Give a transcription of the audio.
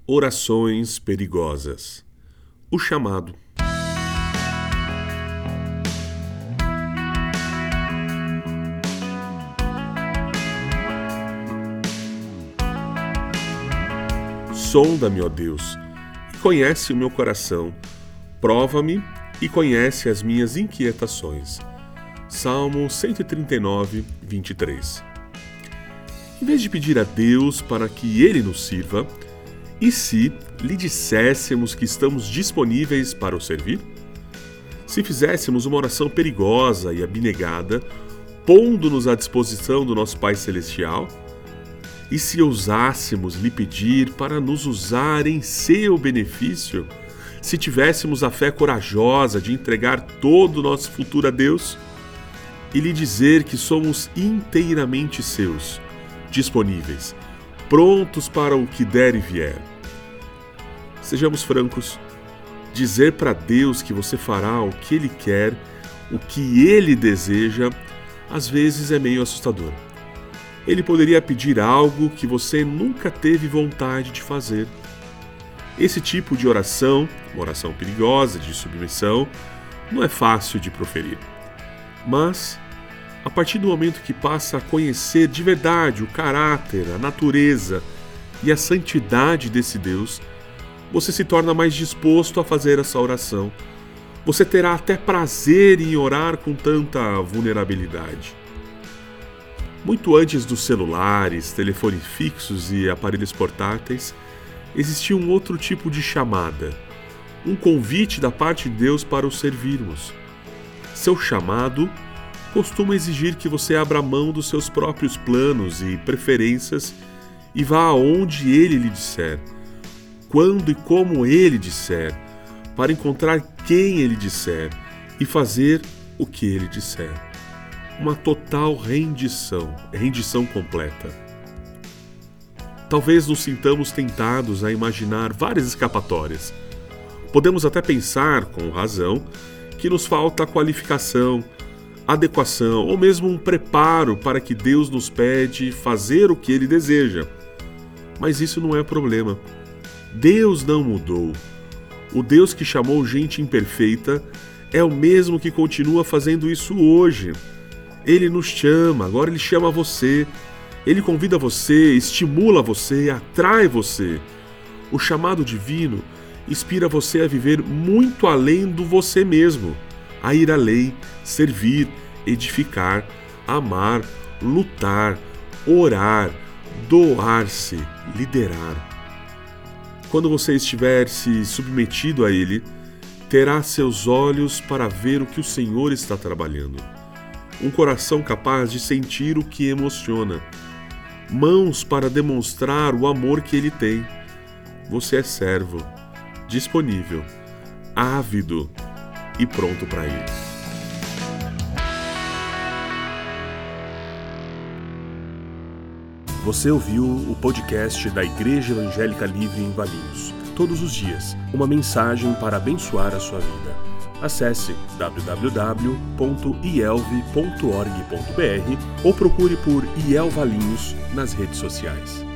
Orações perigosas. O chamado. Sonda-me, ó Deus, e conhece o meu coração. Prova-me e conhece as minhas inquietações. Salmo 139, 23. Em vez de pedir a Deus para que Ele nos sirva, e se lhe disséssemos que estamos disponíveis para o servir? Se fizéssemos uma oração perigosa e abnegada, pondo-nos à disposição do nosso Pai Celestial? E se ousássemos lhe pedir para nos usar em seu benefício? Se tivéssemos a fé corajosa de entregar todo o nosso futuro a Deus? E lhe dizer que somos inteiramente seus, disponíveis, prontos para o que der e vier. Sejamos francos, dizer para Deus que você fará o que Ele quer, o que Ele deseja, às vezes é meio assustador. Ele poderia pedir algo que você nunca teve vontade de fazer. Esse tipo de oração, uma oração perigosa, de submissão, não é fácil de proferir. Mas, a partir do momento que passa a conhecer de verdade o caráter, a natureza e a santidade desse Deus, você se torna mais disposto a fazer essa oração. Você terá até prazer em orar com tanta vulnerabilidade. Muito antes dos celulares, telefones fixos e aparelhos portáteis, existia um outro tipo de chamada, um convite da parte de Deus para o servirmos. Seu chamado costuma exigir que você abra mão dos seus próprios planos e preferências e vá aonde Ele lhe disser, quando e como Ele disser, para encontrar quem Ele disser e fazer o que Ele disser. Uma total rendição completa. Talvez nos sintamos tentados a imaginar várias escapatórias. Podemos até pensar, com razão, que nos falta qualificação, adequação ou mesmo um preparo para que Deus nos pede fazer o que Ele deseja. Mas isso não é problema. Deus não mudou. O Deus que chamou gente imperfeita é o mesmo que continua fazendo isso hoje. Ele nos chama, agora Ele chama você. Ele convida você, estimula você, atrai você. O chamado divino inspira você a viver muito além do você mesmo, a ir além, servir, edificar, amar, lutar, orar, doar-se, liderar. Quando você estiver se submetido a Ele, terá seus olhos para ver o que o Senhor está trabalhando. Um coração capaz de sentir o que emociona. Mãos para demonstrar o amor que Ele tem. Você é servo, disponível, ávido e pronto para ir. Você ouviu o podcast da Igreja Evangélica Livre em Valinhos. Todos os dias, uma mensagem para abençoar a sua vida. Acesse www.ielve.org.br ou procure por IEL Valinhos nas redes sociais.